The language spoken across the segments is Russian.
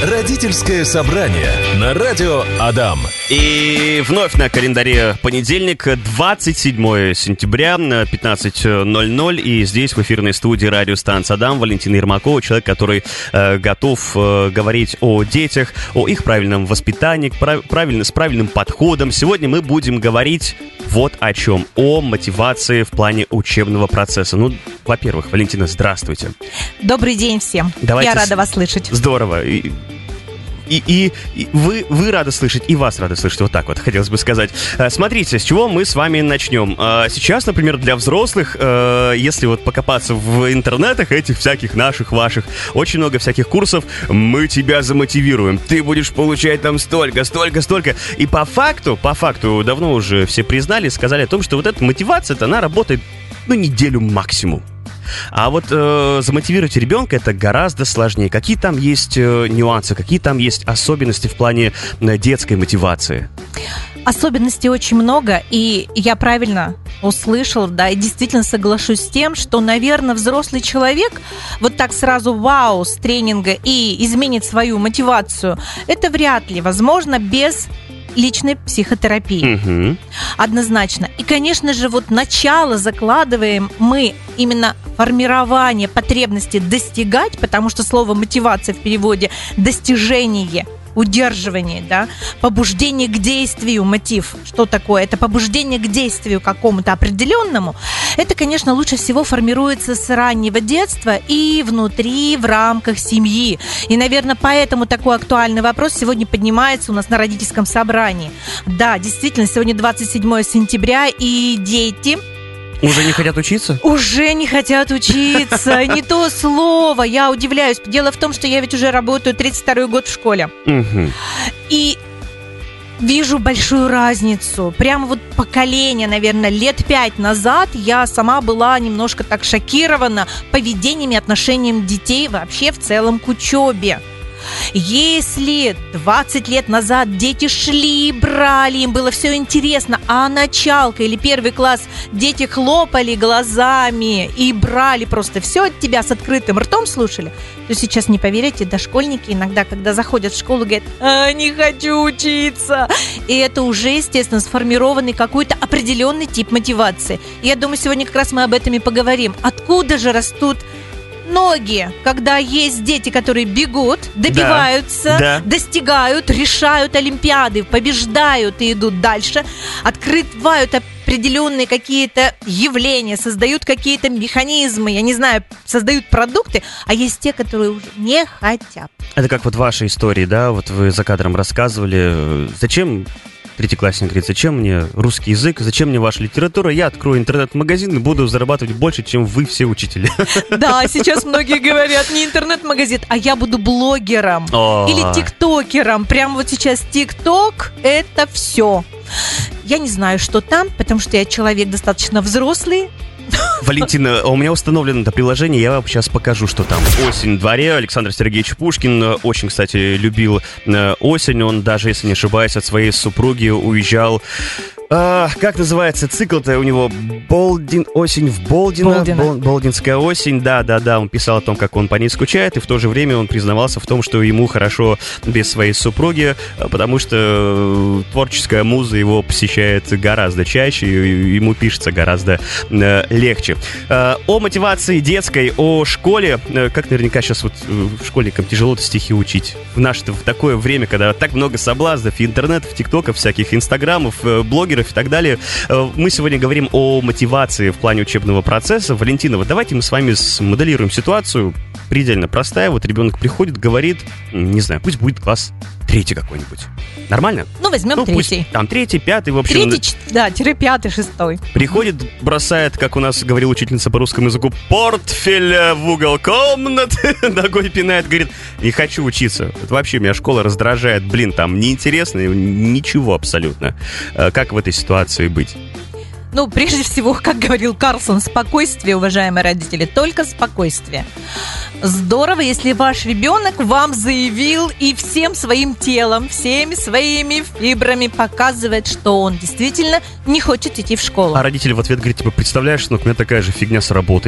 Родительское собрание на радио Адам. И вновь на календаре понедельник, 27 сентября, 15:00. И здесь в эфирной студии радиостанции Адам Валентина Ермакова, человек, который готов говорить о детях, о их правильном воспитании, с правильным подходом. Сегодня мы будем говорить вот о чем. О мотивации в плане учебного процесса. Ну, во-первых, Валентина, здравствуйте. Добрый день всем. Я рада вас слышать. Здорово. И вы рады слышать, и вас рады слышать, вот так вот, хотелось бы сказать. Смотрите, с чего мы с вами начнем. Сейчас, например, для взрослых, если вот покопаться в интернетах этих всяких наших, ваших, очень много всяких курсов, мы тебя замотивируем, ты будешь получать там столько. И по факту, давно уже все признали, сказали о том, что вот эта мотивация-то, она работает, неделю максимум. А вот замотивировать ребенка это гораздо сложнее. Какие там есть нюансы, какие там есть особенности в плане детской мотивации? Особенностей очень много, и я правильно услышала, да, и действительно соглашусь с тем, что, наверное, взрослый человек вот так сразу вау с тренинга и изменит свою мотивацию, это вряд ли возможно без личной психотерапии. Угу. Однозначно. И, конечно же, вот начало закладываем мы именно формирование потребности достигать, потому что слово мотивация в переводе достижение, удерживание, да, побуждение к действию, мотив. Что такое? Это побуждение к действию какому-то определенному. Это, конечно, лучше всего формируется с раннего детства и внутри, в рамках семьи. И, наверное, поэтому такой актуальный вопрос сегодня поднимается у нас на родительском собрании. Да, действительно, сегодня 27 сентября, и дети... Уже не хотят учиться? Уже не хотят учиться. Не то слово. Я удивляюсь. Дело в том, что я ведь уже работаю 32-й год в школе. Угу. И вижу большую разницу. Прямо вот поколение, наверное, лет 5 назад я сама была немножко так шокирована поведением и отношением детей вообще в целом к учебе. Если 20 лет назад дети шли, брали, им было все интересно, а началка или первый класс дети хлопали глазами и брали просто все от тебя с открытым ртом слушали, то сейчас, не поверите, дошкольники иногда, когда заходят в школу, говорят: не хочу учиться. И это уже, естественно, сформированный какой-то определенный тип мотивации. И я думаю, сегодня как раз мы об этом и поговорим. Откуда же растут ноги, когда есть дети, которые бегут, добиваются, достигают, решают олимпиады, побеждают и идут дальше, открывают определенные какие-то явления, создают какие-то механизмы, я не знаю, создают продукты, а есть те, которые уже не хотят. Это как вот ваши истории, да, вот вы за кадром рассказывали, зачем... Третьеклассник говорит: зачем мне русский язык, зачем мне ваша литература, я открою интернет-магазин и буду зарабатывать больше, чем вы все учители. Да, сейчас многие говорят, не интернет-магазин, а я буду блогером или тиктокером. Прямо вот сейчас тикток — это все. Я не знаю, что там, потому что я человек достаточно взрослый. Валентина, у меня установлено это приложение, я вам сейчас покажу, что там. «Осень в дворе», Александр Сергеевич Пушкин очень, кстати, любил осень, он даже, если не ошибаюсь, от своей супруги уезжал. Как называется цикл-то у него? «Осень в Болдино». Болдинская осень, да, он писал о том, как он по ней скучает, и в то же время он признавался в том, что ему хорошо без своей супруги, потому что творческая муза его посещает гораздо чаще, и ему пишется гораздо легче. О мотивации детской, о школе, как наверняка сейчас вот школьникам тяжело стихи учить. В наше-то в такое время, когда так много соблазнов, интернетов, тиктоков, всяких инстаграмов, блогеров и так далее. Мы сегодня говорим о мотивации в плане учебного процесса. Валентина, вот давайте мы с вами смоделируем ситуацию предельно простая. Вот ребенок приходит, говорит, не знаю, пусть будет класс 3 какой-нибудь. Нормально? Возьмем 3. Там 3, 5, в общем. 3-5, 6. Приходит, бросает, как у нас говорила учительница по русскому языку, портфель в угол комнаты, ногой пинает, говорит: не хочу учиться. Вот вообще меня школа раздражает, там неинтересно, ничего абсолютно. Как в этой ситуации быть? Прежде всего, как говорил Карлсон, спокойствие, уважаемые родители, только спокойствие. Здорово, если ваш ребенок вам заявил и всем своим телом, всеми своими фибрами показывает, что он действительно не хочет идти в школу. А родители в ответ говорят: представляешь, сынок, у меня такая же фигня с работой.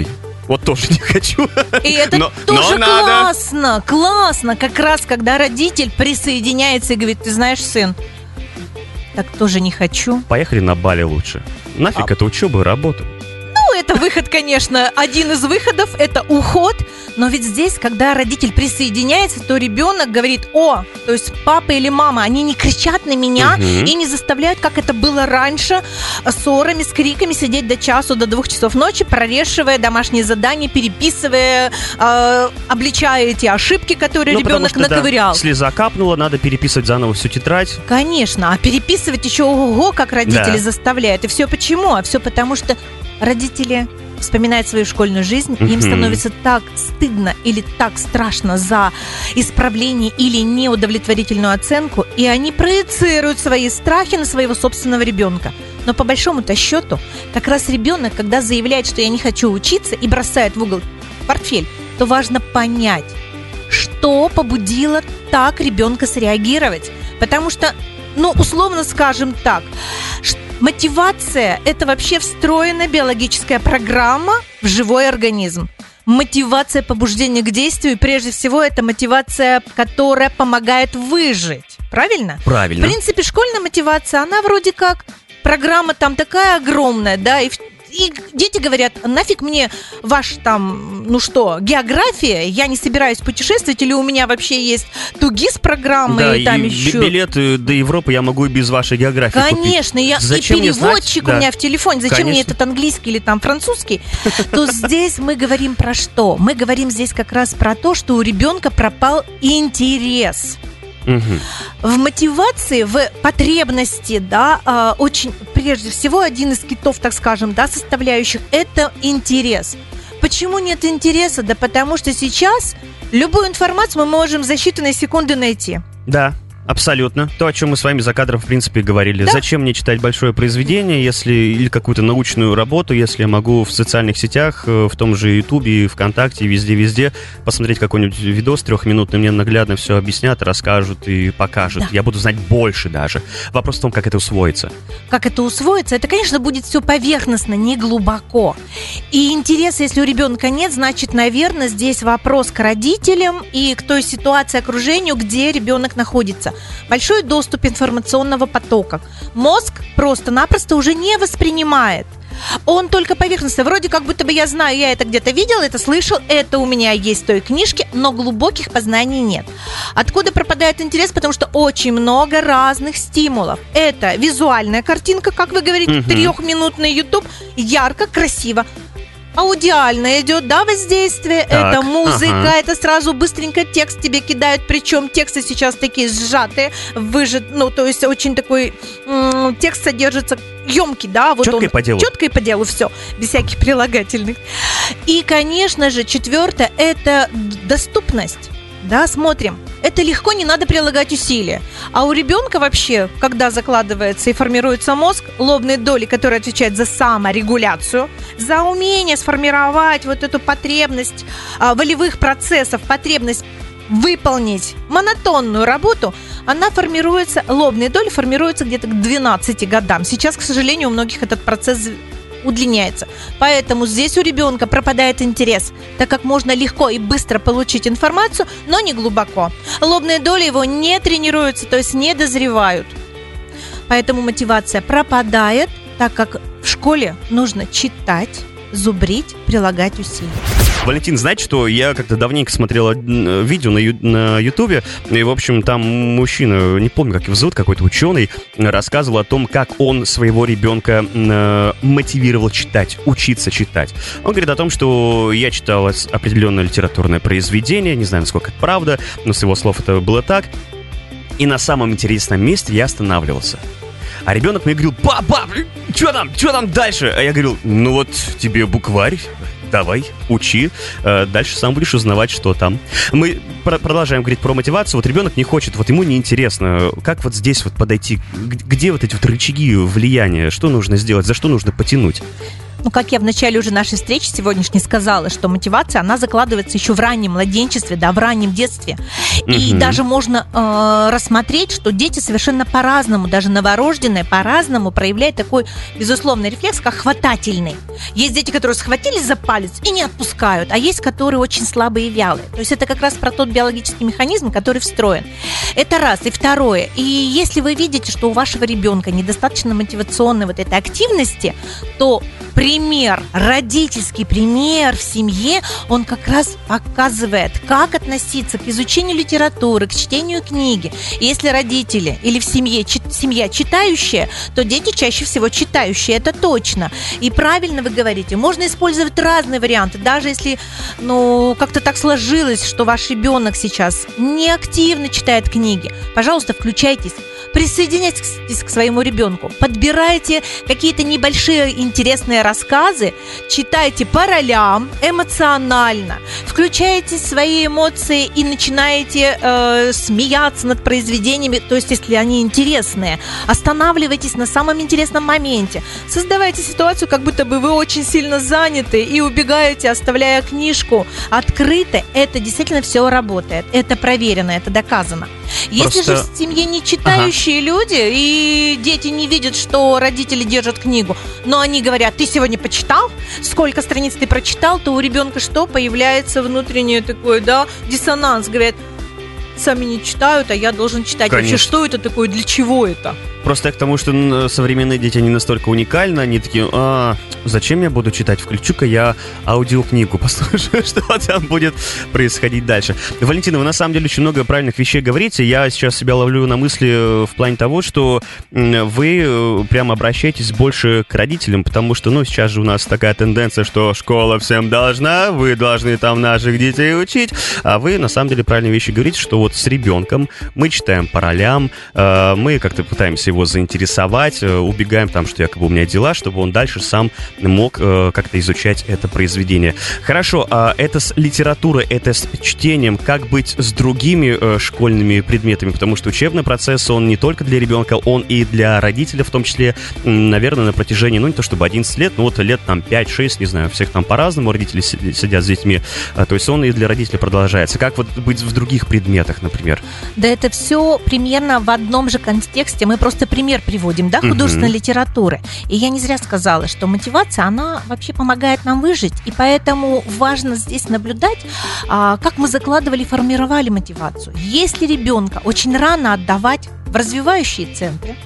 Вот тоже не хочу. И это тоже классно. Как раз, когда родитель присоединяется и говорит: ты знаешь, сын, так тоже не хочу. Поехали на Бали лучше. Нафиг это учеба и работа. Ну, это выход, конечно, один из выходов, это уход. Но ведь здесь, когда родитель присоединяется, то ребенок говорит: о, то есть папа или мама, они не кричат на меня и не заставляют, как это было раньше, ссорами, с криками сидеть до часу, до 2 часов ночи, прорешивая домашние задания, переписывая, обличая эти ошибки, которые ребенок наковырял. Да, слеза капнула, надо переписывать заново всю тетрадь. Конечно, а переписывать еще ого-го, как родители заставляют. И все почему? А все потому, что родители вспоминают свою школьную жизнь, им становится так стыдно или так страшно за исправление или неудовлетворительную оценку, и они проецируют свои страхи на своего собственного ребенка. Но по большому-то счету, как раз ребенок, когда заявляет, что я не хочу учиться, и бросает в угол портфель, то важно понять, что побудило так ребенка среагировать. Потому что, условно скажем так, мотивация – это вообще встроенная биологическая программа в живой организм. Мотивация побуждения к действию, прежде всего, это мотивация, которая помогает выжить. Правильно? Правильно. В принципе, школьная мотивация, она вроде как программа там такая огромная, да, и дети говорят: нафиг мне ваш там, география, я не собираюсь путешествовать, или у меня вообще есть ТУГИС программы, да, и там и еще... билеты до Европы я могу и без вашей географии Конечно, купить. И переводчик у меня в телефоне, зачем мне этот английский или там французский? То здесь мы говорим про что? Мы говорим здесь как раз про то, что у ребенка пропал интерес. В мотивации, в потребности, да, очень, прежде всего, один из китов, так скажем, да, составляющих, это интерес. Почему нет интереса? Да потому что сейчас любую информацию мы можем за считанные секунды найти. Да. Абсолютно. То, о чем мы с вами за кадром, в принципе, говорили. Да. Зачем мне читать большое произведение, или какую-то научную работу, если я могу в социальных сетях, в том же Ютубе, ВКонтакте, везде посмотреть какой-нибудь видос 3-минутный, мне наглядно все объяснят, расскажут и покажут. Да. Я буду знать больше даже. Вопрос в том, как это усвоится. Как это усвоится? Это, конечно, будет все поверхностно, не глубоко. И интереса, если у ребенка нет, значит, наверное, здесь вопрос к родителям и к той ситуации, окружению, где ребенок находится. Большой доступ информационного потока. Мозг просто-напросто уже не воспринимает. Он только поверхностно. Вроде как будто бы я знаю, я это где-то видел, это слышал, это у меня есть в той книжке, но глубоких познаний нет. Откуда пропадает интерес? Потому что очень много разных стимулов. Это визуальная картинка, как вы говорите, 3-минутный YouTube, ярко, красиво. Аудиально идет, да, воздействие, это музыка, это сразу быстренько текст тебе кидают, причем тексты сейчас такие сжатые, то есть очень такой текст содержится емкий, да, вот четко и по делу. Четко и по делу, все, без всяких прилагательных. И, конечно же, 4-е – это доступность. Да, смотрим. Это легко, не надо прилагать усилия. А у ребенка вообще, когда закладывается и формируется мозг, лобные доли, которые отвечают за саморегуляцию, за умение сформировать вот эту потребность волевых процессов, потребность выполнить монотонную работу, она формируется, лобные доли формируются где-то к 12 годам. Сейчас, к сожалению, у многих этот процесс удлиняется. Поэтому здесь у ребенка пропадает интерес, так как можно легко и быстро получить информацию, но не глубоко. Лобные доли его не тренируются, то есть не дозревают. Поэтому мотивация пропадает, так как в школе нужно читать, зубрить, прилагать усилия. Валентин, знаете что? Я как-то давненько смотрел видео на Ютубе, и, в общем, там мужчина, не помню, как его зовут, какой-то ученый, рассказывал о том, как он своего ребенка мотивировал читать, учиться читать. Он говорит о том, что я читал определенное литературное произведение, не знаю, насколько это правда, но с его слов это было так, и на самом интересном месте я останавливался. А ребенок мне говорил: папа, что там дальше? А я говорил: ну вот тебе букварь, давай, учи, дальше сам будешь узнавать, что там. Мы продолжаем говорить про мотивацию. Вот ребенок не хочет, вот ему неинтересно. Как вот здесь вот подойти? Где вот эти вот рычаги влияния? Что нужно сделать? За что нужно потянуть? как я в начале уже нашей встречи сегодняшней сказала, что мотивация, она закладывается еще в раннем младенчестве, да, в раннем детстве. И даже можно рассмотреть, что дети совершенно по-разному, даже новорожденные по-разному проявляют такой, безусловный рефлекс, как хватательный. Есть дети, которые схватились за палец и не отпускают, а есть, которые очень слабые и вялые. То есть это как раз про тот биологический механизм, который встроен. Это раз. И второе. И если вы видите, что у вашего ребенка недостаточно мотивационной вот этой активности, то пример, родительский пример в семье, он как раз показывает, как относиться к изучению литературы, к чтению книги. И если родители или в семье семья читающая, то дети чаще всего читающие, это точно. И правильно вы говорите, можно использовать разные варианты, даже если, как-то так сложилось, что ваш ребенок сейчас не активно читает книги. Пожалуйста, включайтесь. Присоединяйтесь к своему ребенку, подбирайте какие-то небольшие интересные рассказы, читайте по ролям, эмоционально, включайте свои эмоции и начинаете смеяться над произведениями, то есть если они интересные, останавливайтесь на самом интересном моменте, создавайте ситуацию, как будто бы вы очень сильно заняты и убегаете, оставляя книжку открытой. Это действительно все работает, это проверено, это доказано. Если же в семье не читающие люди, и дети не видят, что родители держат книгу, но они говорят, ты сегодня почитал? Сколько страниц ты прочитал? То у ребенка что? Появляется внутренний такой, диссонанс. Говорят, сами не читают, а я должен читать. Конечно. Вообще, что это такое? Для чего это? Просто к тому, что современные дети, они настолько уникальны, они такие, зачем я буду читать? Включу-ка я аудиокнигу, послушаю, что там будет происходить дальше. Валентина, вы на самом деле очень много правильных вещей говорите. Я сейчас себя ловлю на мысли в плане того, что вы прямо обращаетесь больше к родителям, потому что, сейчас же у нас такая тенденция, что школа всем должна, вы должны там наших детей учить, а вы на самом деле правильные вещи говорите, что вот с ребенком мы читаем по ролям, мы как-то пытаемся его заинтересовать, убегаем там, что якобы у меня дела, чтобы он дальше сам мог как-то изучать это произведение. Хорошо, а это с литературой, это с чтением, как быть с другими школьными предметами, потому что учебный процесс, он не только для ребенка, он и для родителя, в том числе, наверное, на протяжении, не то чтобы 11 лет, но лет там 5-6, не знаю, всех там по-разному родители сидят с детьми, то есть он и для родителей продолжается. Как вот быть в других предметах, например? Да, это все примерно в одном же контексте, мы просто пример приводим, художественной литературы. И я не зря сказала, что мотивация, она вообще помогает нам выжить. И поэтому важно здесь наблюдать, как мы закладывали и формировали мотивацию. Если ребенка очень рано отдавать в развивающие центры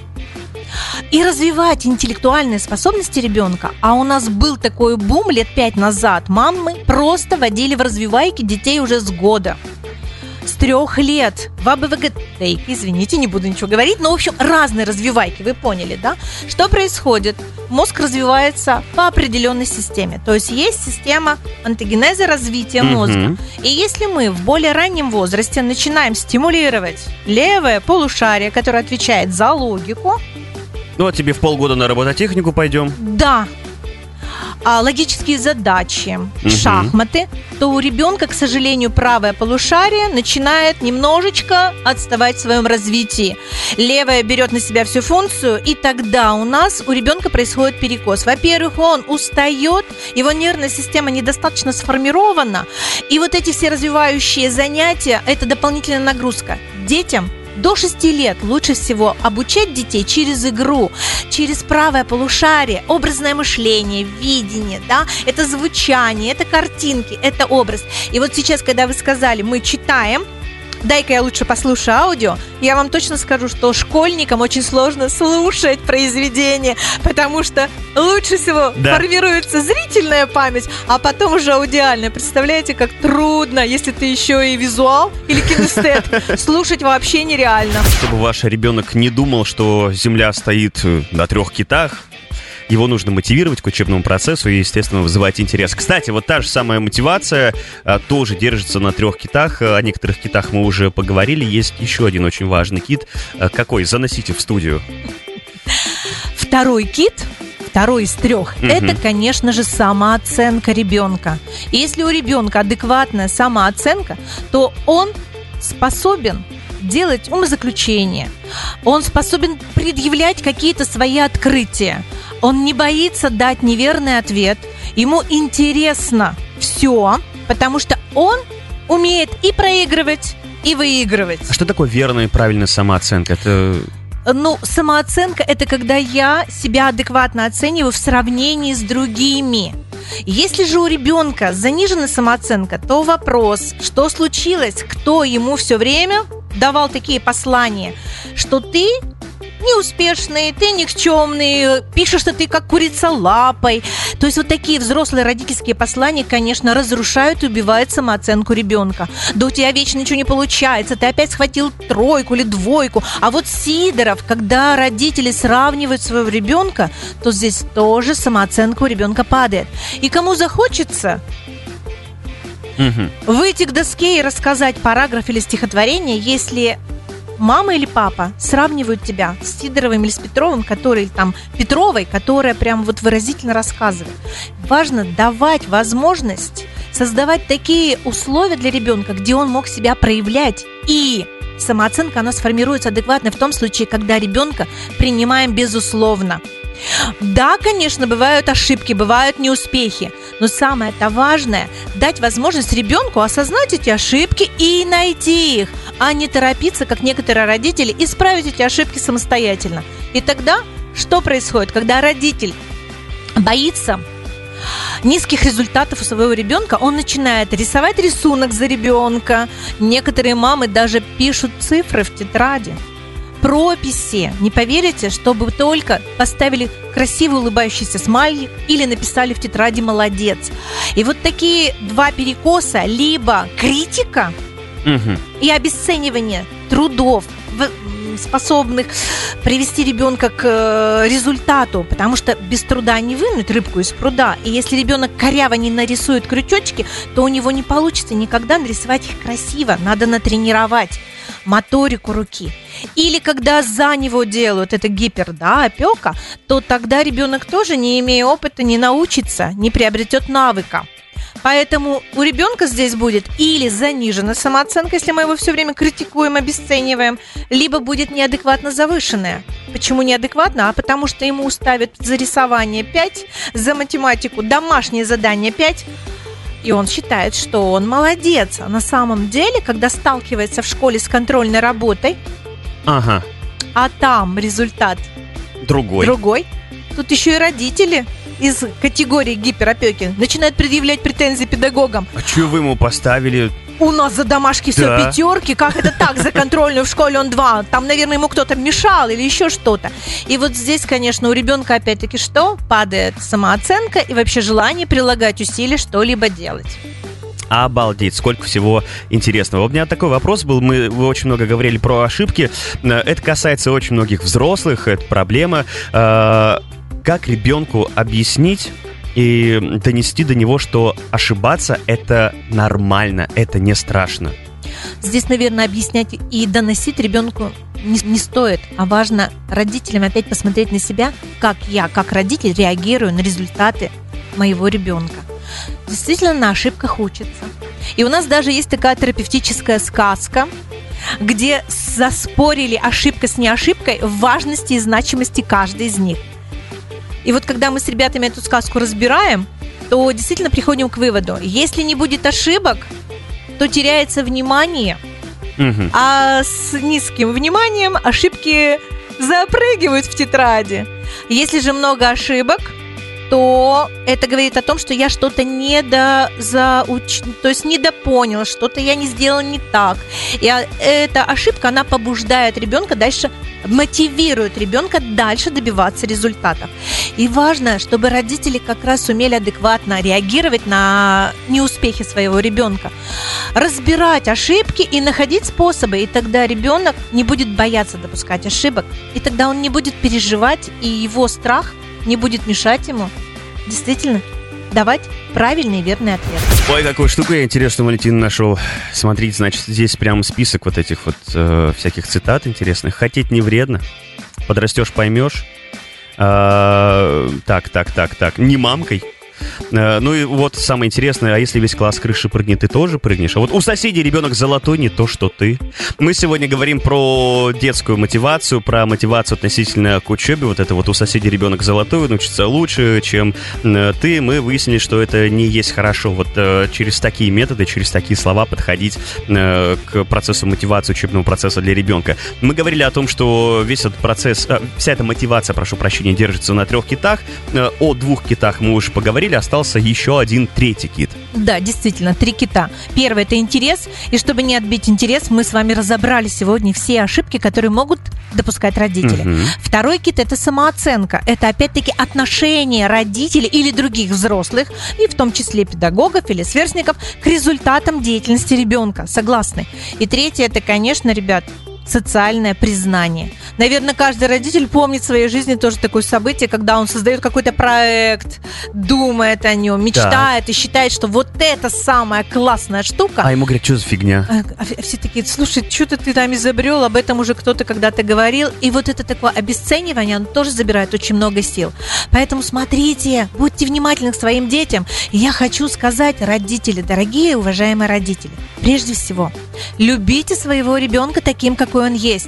и развивать интеллектуальные способности ребенка, а у нас был такой бум лет 5 назад, мамы просто водили в развивайки детей уже с года. С 3 лет в АБВГ, извините, не буду ничего говорить, но, в общем, разные развивайки, вы поняли, да? Что происходит? Мозг развивается по определенной системе, то есть есть система антогенеза развития мозга. И если мы в более раннем возрасте начинаем стимулировать левое полушарие, которое отвечает за логику. А тебе в полгода на робототехнику пойдем? Да. Логические задачи, шахматы, то у ребенка, к сожалению, правое полушарие начинает немножечко отставать в своем развитии. Левое берет на себя всю функцию, и тогда у ребенка происходит перекос. Во-первых, он устает, его нервная система недостаточно сформирована, и вот эти все развивающие занятия – это дополнительная нагрузка. Детям до 6 лет лучше всего обучать детей через игру, через правое полушарие, образное мышление, видение, это звучание, это картинки, это образ. И вот сейчас, когда вы сказали, мы читаем, дай-ка я лучше послушаю аудио, я вам точно скажу, что школьникам очень сложно слушать произведения, потому что лучше всего формируется зрительная память, а потом уже аудиальная. Представляете, как трудно, если ты еще и визуал или кинестет, слушать вообще нереально. Чтобы ваш ребенок не думал, что Земля стоит на 3 китах, его нужно мотивировать к учебному процессу и, естественно, вызывать интерес. Кстати, вот та же самая мотивация тоже держится на 3 китах. О некоторых китах мы уже поговорили. Есть еще один очень важный кит. Какой? Заносите в студию. Второй кит, второй из 3, это, конечно же, самооценка ребенка. И если у ребенка адекватная самооценка, то он способен делать умозаключения, он способен предъявлять какие-то свои открытия. Он не боится дать неверный ответ. Ему интересно все, потому что он умеет и проигрывать, и выигрывать. А что такое верная и правильная самооценка? Это... Самооценка – это когда я себя адекватно оцениваю в сравнении с другими. Если же у ребенка занижена самооценка, то вопрос, что случилось, кто ему все время давал такие послания, что ты неуспешный, ты никчемный, пишешь, что ты как курица лапой. То есть вот такие взрослые родительские послания, конечно, разрушают и убивают самооценку ребенка. Да у тебя вечно ничего не получается, ты опять схватил 3 или 2. А вот Сидоров, когда родители сравнивают своего ребенка, то здесь тоже самооценка у ребенка падает. И кому захочется выйти к доске и рассказать параграф или стихотворение, если мама или папа сравнивают тебя с Сидоровым или с Петровым, Петровой, которая прям вот выразительно рассказывает. Важно давать возможность создавать такие условия для ребенка, где он мог себя проявлять. И самооценка, она сформируется адекватно в том случае, когда ребенка принимаем безусловно. Да, конечно, бывают ошибки, бывают неуспехи, но самое-то важное – дать возможность ребенку осознать эти ошибки и найти их, а не торопиться, как некоторые родители, исправить эти ошибки самостоятельно. И тогда что происходит, когда родитель боится низких результатов у своего ребенка, он начинает рисовать рисунок за ребенка. Некоторые мамы даже пишут цифры в тетради, прописи, не поверите, чтобы только поставили красивый улыбающийся смайлик или написали в тетради «молодец». И вот такие 2 перекоса, либо критика и обесценивание трудов, способных привести ребенка к результату, потому что без труда не вынуть рыбку из пруда. И если ребенок коряво не нарисует крючочки, то у него не получится никогда нарисовать их красиво. Надо натренировать моторику руки. Или когда за него делают, это опека, то тогда ребенок тоже, не имея опыта, не научится, не приобретет навыка. Поэтому у ребенка здесь будет или занижена самооценка, если мы его все время критикуем, обесцениваем, либо будет неадекватно завышенная. Почему неадекватно? А потому что ему ставят за рисование 5, за математику домашнее задание 5, и он считает, что он молодец. А на самом деле, когда сталкивается в школе с контрольной работой, а там результат другой, тут еще и родители из категории гиперопеки начинают предъявлять претензии педагогам. А что вы ему поставили? У нас за домашки все 5, как это так, за контрольную в школе он 2, там, наверное, ему кто-то мешал или еще что-то. И вот здесь, конечно, у ребенка опять-таки что? Падает самооценка и вообще желание прилагать усилия что-либо делать. Обалдеть, сколько всего интересного. У меня такой вопрос был, вы очень много говорили про ошибки, это касается очень многих взрослых, это проблема. Как ребенку объяснить и донести до него, что ошибаться – это нормально, это не страшно? Здесь, наверное, объяснять и доносить ребенку не стоит, а важно родителям опять посмотреть на себя, как я, как родитель, реагирую на результаты моего ребенка. Действительно, на ошибках учатся. И у нас даже есть такая терапевтическая сказка, где заспорили ошибка с неошибкой в важности и значимости каждой из них. И вот когда мы с ребятами эту сказку разбираем, то действительно приходим к выводу: если не будет ошибок, то теряется внимание, а с низким вниманием ошибки запрыгивают в тетради. Если же много ошибок, то это говорит о том, что я что-то недопонял, что-то я не сделал не так. И эта ошибка, она побуждает ребенка дальше, мотивирует ребенка дальше добиваться результатов. И важно, чтобы родители как раз умели адекватно реагировать на неуспехи своего ребенка, разбирать ошибки и находить способы. И тогда ребенок не будет бояться допускать ошибок, и тогда он не будет переживать, и его страх не будет мешать ему действительно давать правильный и верный ответ. Ой, какую штуку я интересную, Валентин, нашел. Смотрите, значит, здесь прям список вот этих вот всяких цитат интересных. Хотеть не вредно. Подрастешь, поймешь. Так. Не мамкой. Ну и вот самое интересное, а если весь класс с крыши прыгнет, ты тоже прыгнешь? А вот у соседей ребенок золотой, не то, что ты. Мы сегодня говорим про детскую мотивацию, про мотивацию относительно к учебе. Вот это вот у соседей ребенок золотой, он учится лучше, чем ты. Мы выяснили, что это не есть хорошо. Вот через такие методы, через такие слова подходить к процессу мотивации, учебного процесса для ребенка. Мы говорили о том, что весь этот процесс, вся эта мотивация, прошу прощения, держится на 3 китах. О 2 китах мы уже поговорили, остался еще один 3-й кит. Да, действительно, 3 кита. Первый – это интерес, и чтобы не отбить интерес, мы с вами разобрали сегодня все ошибки, которые могут допускать родители. Второй кит – это самооценка. Это, опять-таки, отношение родителей или других взрослых, и в том числе педагогов или сверстников, к результатам деятельности ребенка. Согласны? И третье – это, конечно, ребят, социальное признание. Наверное, каждый родитель помнит в своей жизни тоже такое событие, когда он создает какой-то проект, думает о нем, мечтает и считает, что вот это самая классная штука. А ему говорят, что за фигня? А все такие, слушай, что-то ты там изобрел, об этом уже кто-то когда-то говорил. И вот это такое обесценивание, оно тоже забирает очень много сил. Поэтому смотрите, будьте внимательны к своим детям. И я хочу сказать, родители, дорогие, уважаемые родители, прежде всего, любите своего ребенка таким, какой он есть.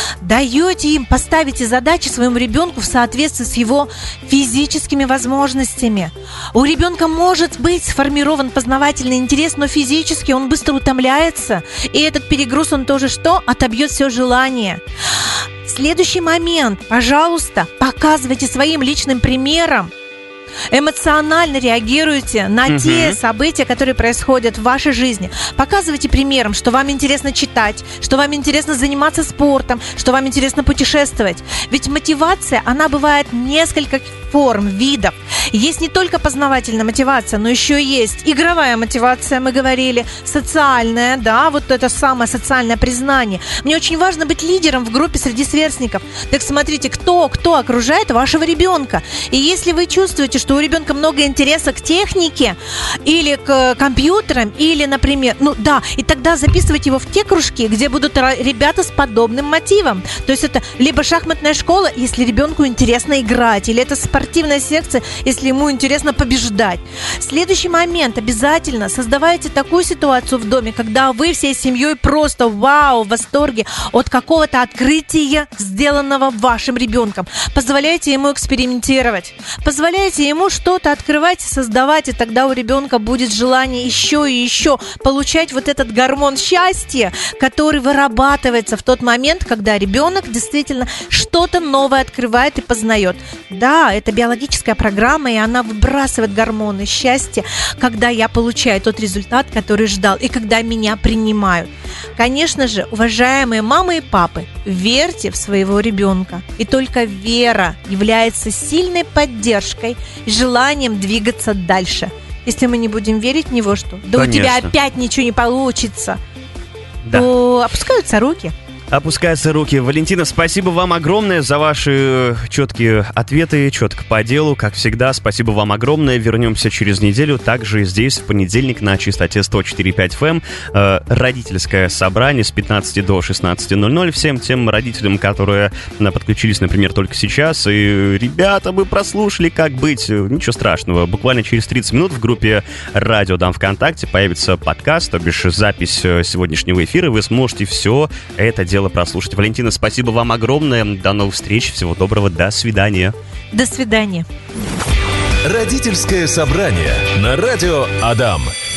Даете им, поставите задачи своему ребенку в соответствии с его физическими возможностями. У ребенка может быть сформирован познавательный интерес, но физически он быстро утомляется, и этот перегруз, он тоже что? Отобьет все желание. Следующий момент. Пожалуйста, показывайте своим личным примером, эмоционально реагируйте на те события, которые происходят в вашей жизни. Показывайте примером, что вам интересно читать, что вам интересно заниматься спортом, что вам интересно путешествовать. Ведь мотивация, она бывает несколько форм, видов. Есть не только познавательная мотивация, но еще есть игровая мотивация, мы говорили, социальная, да, вот это самое социальное признание. Мне очень важно быть лидером в группе среди сверстников. Так смотрите, кто окружает вашего ребенка. И если вы чувствуете, что у ребенка много интереса к технике или к компьютерам, или, например, и тогда записывайте его в те кружки, где будут ребята с подобным мотивом. То есть это либо шахматная школа, если ребенку интересно играть, или это спортивная секция, если ему интересно побеждать. Следующий момент. Обязательно создавайте такую ситуацию в доме, когда вы всей семьей просто в восторге от какого-то открытия, сделанного вашим ребенком. Позволяйте ему экспериментировать. Позволяйте ему что-то открывать, создавать, и тогда у ребенка будет желание еще и еще получать вот этот гормон счастья, который вырабатывается в тот момент, когда ребенок действительно что-то новое открывает и познает. Да, это биологическая программа, и она выбрасывает гормоны счастья, когда я получаю тот результат, который ждал, и когда меня принимают. Конечно же, уважаемые мамы и папы, верьте в своего ребенка. И только вера является сильной поддержкой и желанием двигаться дальше. Если мы не будем верить в него, что да, конечно, у тебя опять ничего не получится, да, то опускаются руки. Опускаются руки. Валентина, спасибо вам огромное за ваши четкие ответы, четко по делу, как всегда. Спасибо вам огромное. Вернемся через неделю. Также здесь в понедельник на частоте 104.5 FM родительское собрание с 15 до 16:00. Всем тем родителям, которые подключились, например, только сейчас. И, ребята, мы прослушали, как быть. Ничего страшного. Буквально через 30 минут в группе «Радио Дам ВКонтакте» появится подкаст, то бишь запись сегодняшнего эфира. Вы сможете все это дело прослушать. Валентина, спасибо вам огромное. До новых встреч. Всего доброго. До свидания. До свидания. Родительское собрание на радио Адам.